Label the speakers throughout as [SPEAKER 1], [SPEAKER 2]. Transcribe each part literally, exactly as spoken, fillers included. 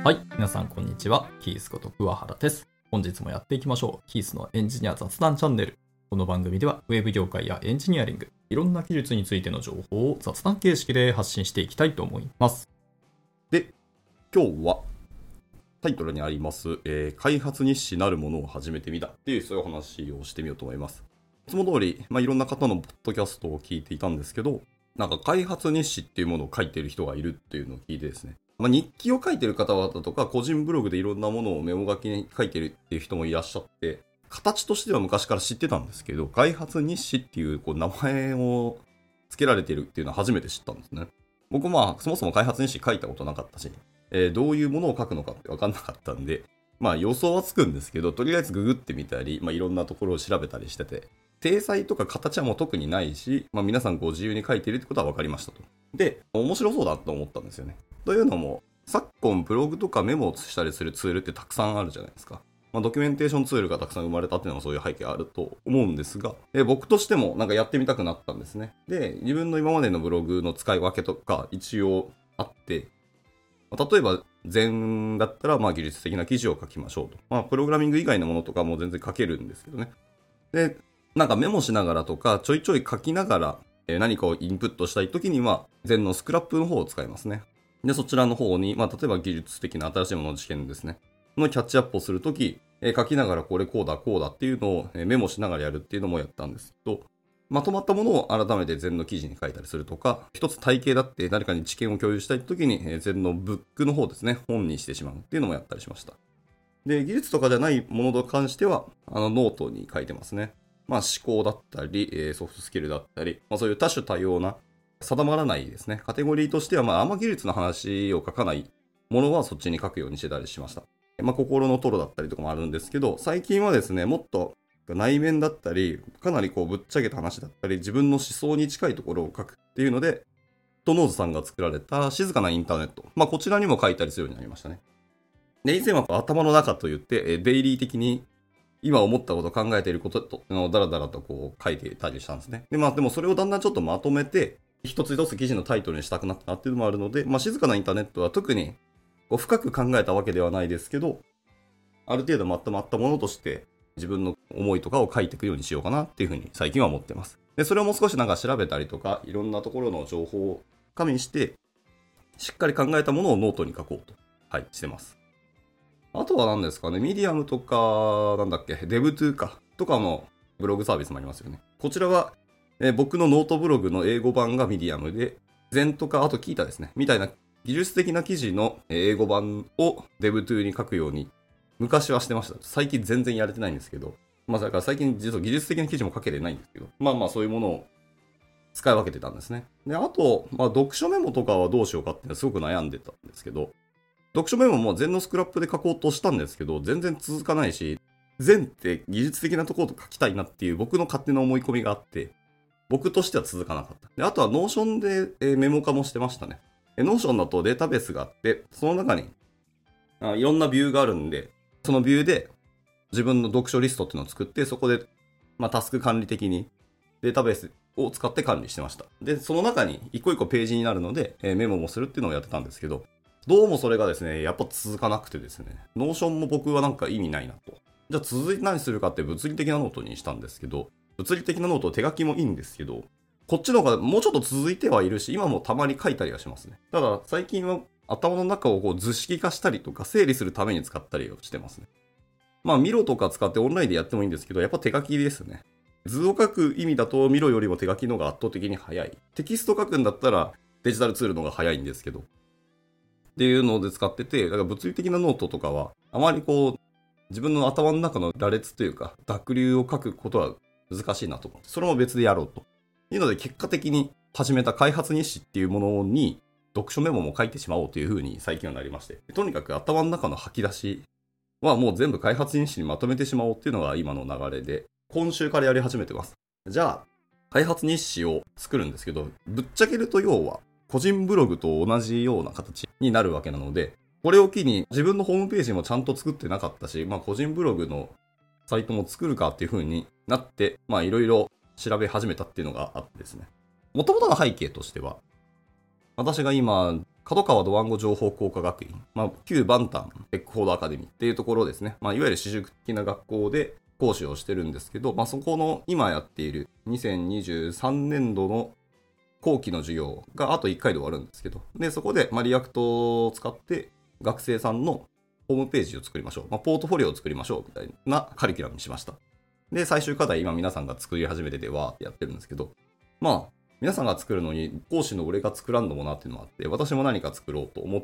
[SPEAKER 1] はい、皆さんこんにちは。キースこと桑原です。本日もやっていきましょう。キースのエンジニア雑談チャンネル。この番組ではウェブ業界やエンジニアリング、いろんな技術についての情報を雑談形式で発信していきたいと思います。
[SPEAKER 2] で、今日はタイトルにあります、えー、開発日誌なるものを始めてみたっていうそういう話をしてみようと思います。いつも通り、まあ、いろんな方のポッドキャストを聞いていたんですけど、なんか開発日誌っていうものを書いている人がいるっていうのを聞いてですね、まあ、日記を書いている方々とか個人ブログでいろんなものをメモ書きに書いているっていう人もいらっしゃって、形としては昔から知ってたんですけど、開発日誌っていう、こう名前を付けられているっていうのは初めて知ったんですね。僕まあそもそも開発日誌書いたことなかったし、えー、どういうものを書くのかって分かんなかったんで、まあ予想はつくんですけど、とりあえずググってみたり、まあいろんなところを調べたりしてて、体裁とか形はもう特にないし、まあ皆さんご自由に書いているってことは分かりましたと。で、面白そうだと思ったんですよね。というのも、昨今ブログとかメモをしたりするツールってたくさんあるじゃないですか。まあ、ドキュメンテーションツールがたくさん生まれたっていうのもそういう背景あると思うんですが、え僕としてもなんかやってみたくなったんですね。で、自分の今までのブログの使い分けとか一応あって、例えば前だったらまあ技術的な記事を書きましょうと。まあプログラミング以外のものとかも全然書けるんですけどね。で、なんかメモしながらとかちょいちょい書きながら何かをインプットしたいときには前のスクラップの方を使いますね。で、そちらの方に、まあ例えば技術的な新しいものの知見ですね。のキャッチアップをするとき、書きながらこれこうだこうだっていうのをメモしながらやるっていうのもやったんですけど、まとまったものを改めて前の記事に書いたりするとか、一つ体系だって誰かに知見を共有したいときに前のブックの方ですね、本にしてしまうっていうのもやったりしました。で、技術とかじゃないものと関しては、あのノートに書いてますね。まあ思考だったり、ソフトスキルだったり、まあそういう多種多様な定まらないですね。カテゴリーとしては、まああんま技術の話を書かないものはそっちに書くようにしてたりしました。まあ心のトロだったりとかもあるんですけど、最近はですね、もっと内面だったり、かなりこうぶっちゃけた話だったり、自分の思想に近いところを書くっていうので、トノーズさんが作られた静かなインターネット。まあこちらにも書いたりするようになりましたね。で、以前は頭の中と言って、デイリー的に今思ったこと、考えていることとのだらだらとこう書いていたりしたんですね。で、まあでもそれをだんだんちょっとまとめて、一つ一つ記事のタイトルにしたくなったなっていうのもあるので、まあ静かなインターネットは特にこう深く考えたわけではないですけど、ある程度まとまったものとして自分の思いとかを書いていくようにしようかなっていうふうに最近は思ってます。で、それをもう少しなんか調べたりとか、いろんなところの情報を加味して、しっかり考えたものをノートに書こうと、はい、してます。あとは何ですかね、ミディアムとか、なんだっけ、デブトゥーか、とかのブログサービスもありますよね。こちらは、えー、僕のノートブログの英語版がミディアムで、ゼンとか、あとキータですね、みたいな技術的な記事の英語版をデブトゥーに書くように、昔はしてました。最近全然やれてないんですけど、まあだから最近実は技術的な記事も書けてないんですけど、まあまあそういうものを使い分けてたんですね。で、あと、まあ読書メモとかはどうしようかっていうのはすごく悩んでたんですけど、読書メモも全のスクラップで書こうとしたんですけど、全然続かないし、全って技術的なところと書きたいなっていう僕の勝手な思い込みがあって、僕としては続かなかった。で、あとはノーションでメモ化もしてましたね。ノーションだとデータベースがあって、その中にあいろんなビューがあるんで、そのビューで自分の読書リストっていうのを作って、そこで、まあ、タスク管理的にデータベースを使って管理してました。で、その中に一個一個ページになるので、メモもするっていうのをやってたんですけど、どうもそれがですね、やっぱ続かなくてですね、ノーションも僕はなんか意味ないなと。じゃあ続いて何するかって物理的なノートにしたんですけど、物理的なノート手書きもいいんですけど、こっちの方がもうちょっと続いてはいるし、今もたまに書いたりはしますね。ただ最近は頭の中をこう図式化したりとか整理するために使ったりをしてますね。まあミロとか使ってオンラインでやってもいいんですけど、やっぱ手書きですね。図を書く意味だとミロよりも手書きの方が圧倒的に早い。テキスト書くんだったらデジタルツールの方が早いんですけど。っていうので使ってて、だから物理的なノートとかは、あまりこう、自分の頭の中の羅列というか、濁流を書くことは難しいなと思って、それも別でやろうと。いうので、結果的に始めた開発日誌っていうものに、読書メモも書いてしまおうという風に最近はなりまして、とにかく頭の中の吐き出しはもう全部開発日誌にまとめてしまおうっていうのが今の流れで、今週からやり始めてます。じゃあ、開発日誌を作るんですけど、ぶっちゃけると要は、個人ブログと同じような形になるわけなので、これを機に自分のホームページもちゃんと作ってなかったし、まあ個人ブログのサイトも作るかっていう風になって、まあいろいろ調べ始めたっていうのがあってですね。もともとの背景としては、私が今角川ドワンゴ情報工科学院、まあ、旧バンタンテックフォードアカデミーっていうところですね。まあ、いわゆる私塾的な学校で講師をしてるんですけど、まあ、そこの今やっているにせんにじゅうさんねんどの後期の授業があといっかいで終わるんですけど、で、そこで、まあ、リアクトを使って学生さんのホームページを作りましょう。まあ、ポートフォリオを作りましょうみたいなカリキュラムにしました。で、最終課題、今皆さんが作り始めててわーってやってるんですけど、まあ、皆さんが作るのに講師の俺が作らんのもなっていうのもあって、私も何か作ろうと思って、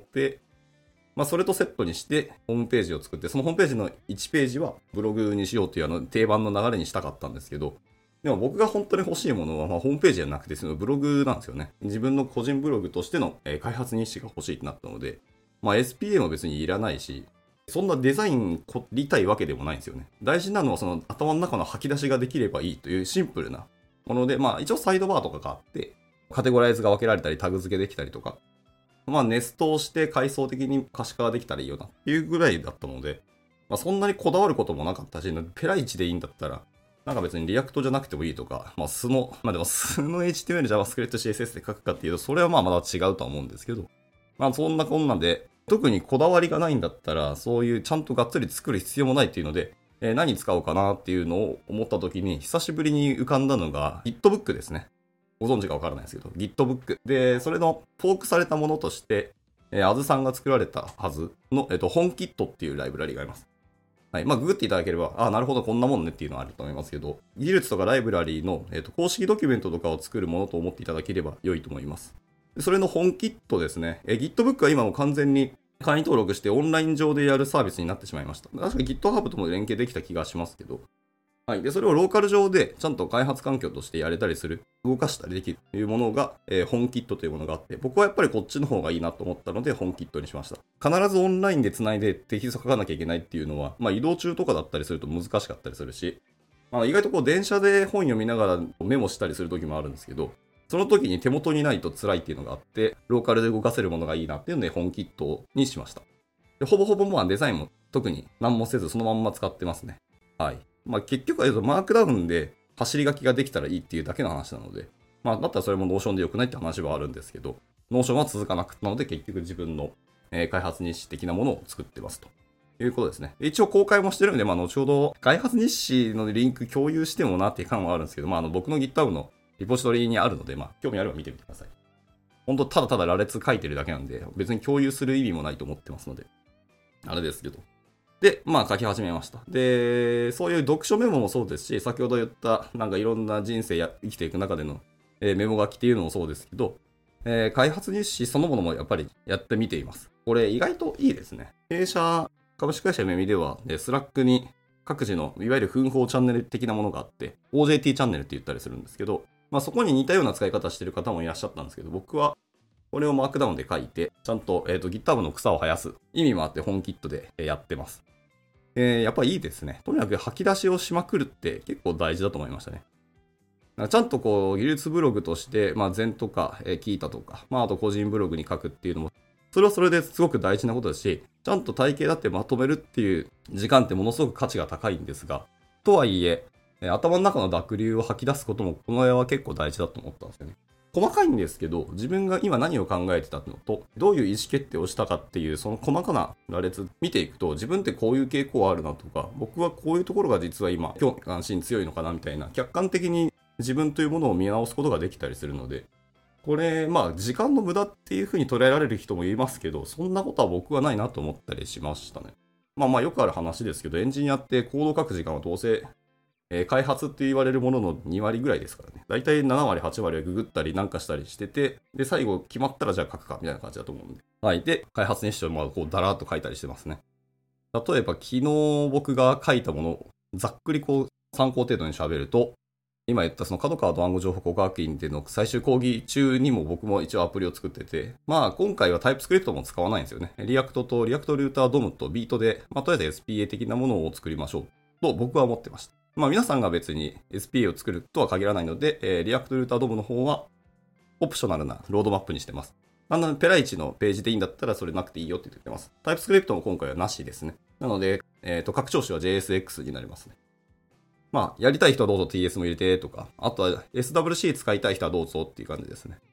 [SPEAKER 2] まあ、それとセットにしてホームページを作って、そのホームページのいちページはブログにしようというあの定番の流れにしたかったんですけど、でも僕が本当に欲しいものは、まあ、ホームページじゃなくてそのブログなんですよね。自分の個人ブログとしての開発日誌が欲しいってなったので、まあ、エスピーエー も別にいらないし、そんなデザイン凝りたいわけでもないんですよね。大事なのはその頭の中の吐き出しができればいいというシンプルなもので、まあ一応サイドバーとかがあって、カテゴライズが分けられたりタグ付けできたりとか、まあネストをして階層的に可視化ができたらいいよなっていうぐらいだったので、まあそんなにこだわることもなかったし、ペライチでいいんだったら、なんか別にリアクトじゃなくてもいいとか、まあ素の、まあでも素の エイチティーエムエル、JavaScript、シーエスエス で書くかっていうと、それはまあまだ違うとは思うんですけど、まあそんなこんなんで、特にこだわりがないんだったら、そういうちゃんとがっつり作る必要もないっていうので、えー、何使おうかなっていうのを思った時に、久しぶりに浮かんだのが Gitbook ですね。ご存知かわからないですけど、Gitbook。で、それのフォークされたものとして、えー、あずさんが作られたはずの、えっと、本 Kit っていうライブラリがあります。はい。まあ、ググっていただければ、あ、なるほど、こんなもんねっていうのはあると思いますけど、技術とかライブラリーの、えっと、公式ドキュメントとかを作るものと思っていただければ良いと思います。それの本 Kit ですね。えー、Gitbook は今も完全に会員登録してオンライン上でやるサービスになってしまいました。確か GitHub とも連携できた気がしますけど。はい。で、それをローカル上でちゃんと開発環境としてやれたりする、動かしたりできるというものが、えー、本キットというものがあって、僕はやっぱりこっちの方がいいなと思ったので本キットにしました。必ずオンラインで繋いでテキスト書かなきゃいけないっていうのは、まあ移動中とかだったりすると難しかったりするし、まあ、意外とこう電車で本読みながらメモしたりする時もあるんですけど、その時に手元にないと辛いっていうのがあって、ローカルで動かせるものがいいなっていうので本キットにしました。でほぼほぼまあデザインも特に何もせずそのまんま使ってますね。はい。まあ結局は言うとマークダウンで走り書きができたらいいっていうだけの話なので、まあだったらそれもノーションで良くないって話はあるんですけど、ノーションは続かなくなので結局自分の、えー、開発日誌的なものを作ってますということですね。一応公開もしてるんで、まあ後ほど開発日誌のリンク共有してもなっていう感はあるんですけど、まああの僕の GitHub のリポジトリにあるので、まあ興味あれば見てみてください。本当ただただ羅列書いてるだけなんで、別に共有する意味もないと思ってますので。あれですけど。で、まあ書き始めました。で、そういう読書メモもそうですし、先ほど言った、なんかいろんな人生や生きていく中での、えー、メモ書きっていうのもそうですけど、えー、開発日誌そのものもやっぱりやってみています。これ意外といいですね。弊社、株式会社めみでは、スラックに各自のいわゆる奮法チャンネル的なものがあって、オージェーティー チャンネルって言ったりするんですけど、まあそこに似たような使い方してる方もいらっしゃったんですけど、僕はこれをマークダウンで書いて、ちゃんと、えーと、GitHub の草を生やす意味もあって本キットでやってます。えー、やっぱりいいですね。とにかく吐き出しをしまくるって結構大事だと思いましたね。ちゃんとこう、技術ブログとして、まあ、禅とか、えー、キータとか、まあ、あと個人ブログに書くっていうのも、それはそれですごく大事なことですし、ちゃんと体系だってまとめるっていう時間ってものすごく価値が高いんですが、とはいえ、えー、頭の中の濁流を吐き出すことも、この絵は結構大事だと思ったんですよね。細かいんですけど、自分が今何を考えてたのと、どういう意思決定をしたかっていう、その細かな羅列見ていくと、自分ってこういう傾向あるなとか、僕はこういうところが実は今、興味関心強いのかなみたいな、客観的に自分というものを見直すことができたりするので、これ、まあ、時間の無駄っていう風に捉えられる人もいますけど、そんなことは僕はないなと思ったりしましたね。まあまあ、よくある話ですけど、エンジニアってコードを書く時間はどうせ、えー、開発って言われるもののにわりぐらいですからね。だいたいななわり、はちわりはググったりなんかしたりしてて、で、最後決まったらじゃあ書くかみたいな感じだと思うんで。はい。で、開発日誌をまあこうだらーっと書いたりしてますね。例えば、昨日僕が書いたものをざっくりこう参考程度に喋ると、今言ったその角川ドワンゴ情報工科学院での最終講義中にも僕も一応アプリを作ってて、まあ今回はタイプスクリプトも使わないんですよね。リアクトとリアクトルータードムとビートで、まあとりあえず エスピーエー 的なものを作りましょうと僕は思ってました。まあ皆さんが別に エスピーエー を作るとは限らないので、えー、リアクトルータードムの方はオプショナルなロードマップにしてます。あんなペライチのページでいいんだったらそれなくていいよって言ってます。タイプスクリプトも今回はなしですね。なので、えっと、拡張子は ジェイエスエックス になりますね。まあ、やりたい人はどうぞ ティーエス も入れてとか、あとは エスダブリューシー 使いたい人はどうぞっていう感じですね。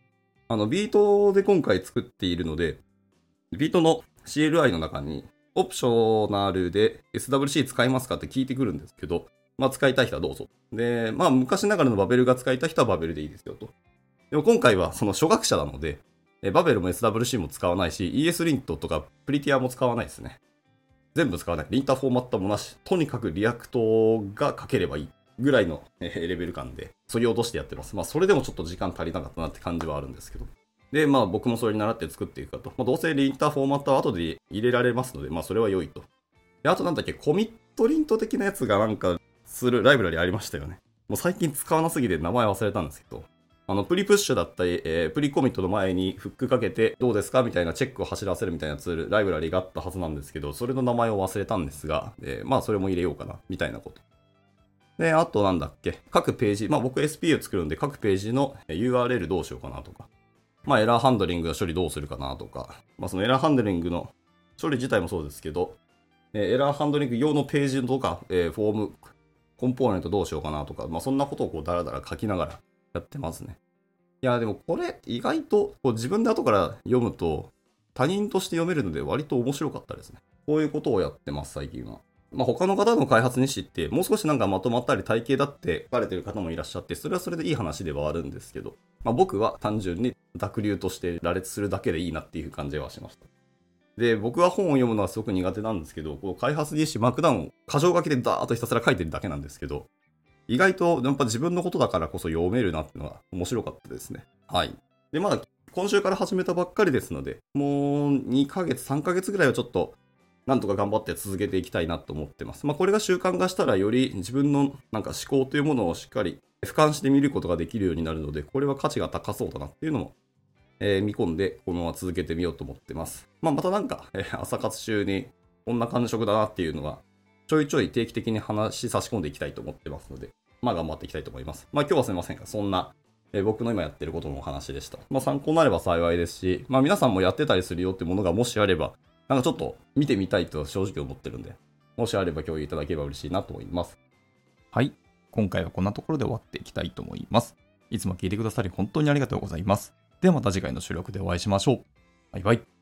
[SPEAKER 2] あの、ビートで今回作っているので、ビートの シーエルアイ の中に、オプショナルで エスダブリューシー 使いますかって聞いてくるんですけど、まあ使いたい人はどうぞ。で、まあ昔ながらのバベルが使いたい人はバベルでいいですよと。でも今回はその初学者なので、バベルも エスダブリューシー も使わないし、イーエス リントとかプリティアも使わないですね。全部使わない。リンターフォーマットもなし。とにかくリアクトが書ければいいぐらいのレベル感で、そぎ落としてやってます。まあそれでもちょっと時間足りなかったなって感じはあるんですけど。で、まあ僕もそれに習って作っていくかと。まあどうせリンターフォーマットは後で入れられますので、まあそれは良いと。で、あとなんだっけ、コミットリント的なやつがなんかするライブラリありましたよね。もう最近使わなすぎて名前忘れたんですけど。あの、プリプッシュだったり、えー、プリコミットの前にフックかけてどうですかみたいなチェックを走らせるみたいなツール、ライブラリがあったはずなんですけど、それの名前を忘れたんですが、えー、まあそれも入れようかな、みたいなこと。で、あとなんだっけ、各ページ、まあ僕 エスピーユー 作るんで各ページの ユーアールエル どうしようかなとか、まあエラーハンドリングの処理どうするかなとか、まあそのエラーハンドリングの処理自体もそうですけど、えー、エラーハンドリング用のページとか、えー、フォーム、コンポーネントどうしようかなとか、まあそんなことをこうダラダラ書きながらやってますね。いや、でもこれ意外とこう自分で後から読むと他人として読めるので割と面白かったですね。こういうことをやってます、最近は。まあ他の方の開発日誌ってもう少しなんかまとまったり体系だって書かれてる方もいらっしゃって、それはそれでいい話ではあるんですけど、まあ僕は単純に濁流として羅列するだけでいいなっていう感じはしました。で、僕は本を読むのはすごく苦手なんですけど、こう開発日誌、マークダウンを箇条書きでダーッとひたすら書いてるだけなんですけど、意外とやっぱ自分のことだからこそ読めるなっていうのが面白かったですね。はい。で、まだ今週から始めたばっかりですので、もうにかげつ、さんかげつぐらいはちょっとなんとか頑張って続けていきたいなと思ってます。まあこれが習慣化したらより自分のなんか思考というものをしっかり俯瞰して見ることができるようになるので、これは価値が高そうだなっていうのも、えー、見込んでこのまま続けてみようと思ってます。まあまたなんか、えー、朝活中にこんな感触だなっていうのはちょいちょい定期的に話差し込んでいきたいと思ってますので、まあ頑張っていきたいと思います。まあ今日はすみませんが、そんな、えー、僕の今やってることのお話でした。まあ参考になれば幸いですし、まあ皆さんもやってたりするよってものがもしあれば、なんかちょっと見てみたいと正直思ってるんで、もしあれば共有いただければ嬉しいなと思います。
[SPEAKER 1] はい。今回はこんなところで終わっていきたいと思います。いつも聞いてくださり本当にありがとうございます。ではまた次回の収録でお会いしましょう。バイバイ。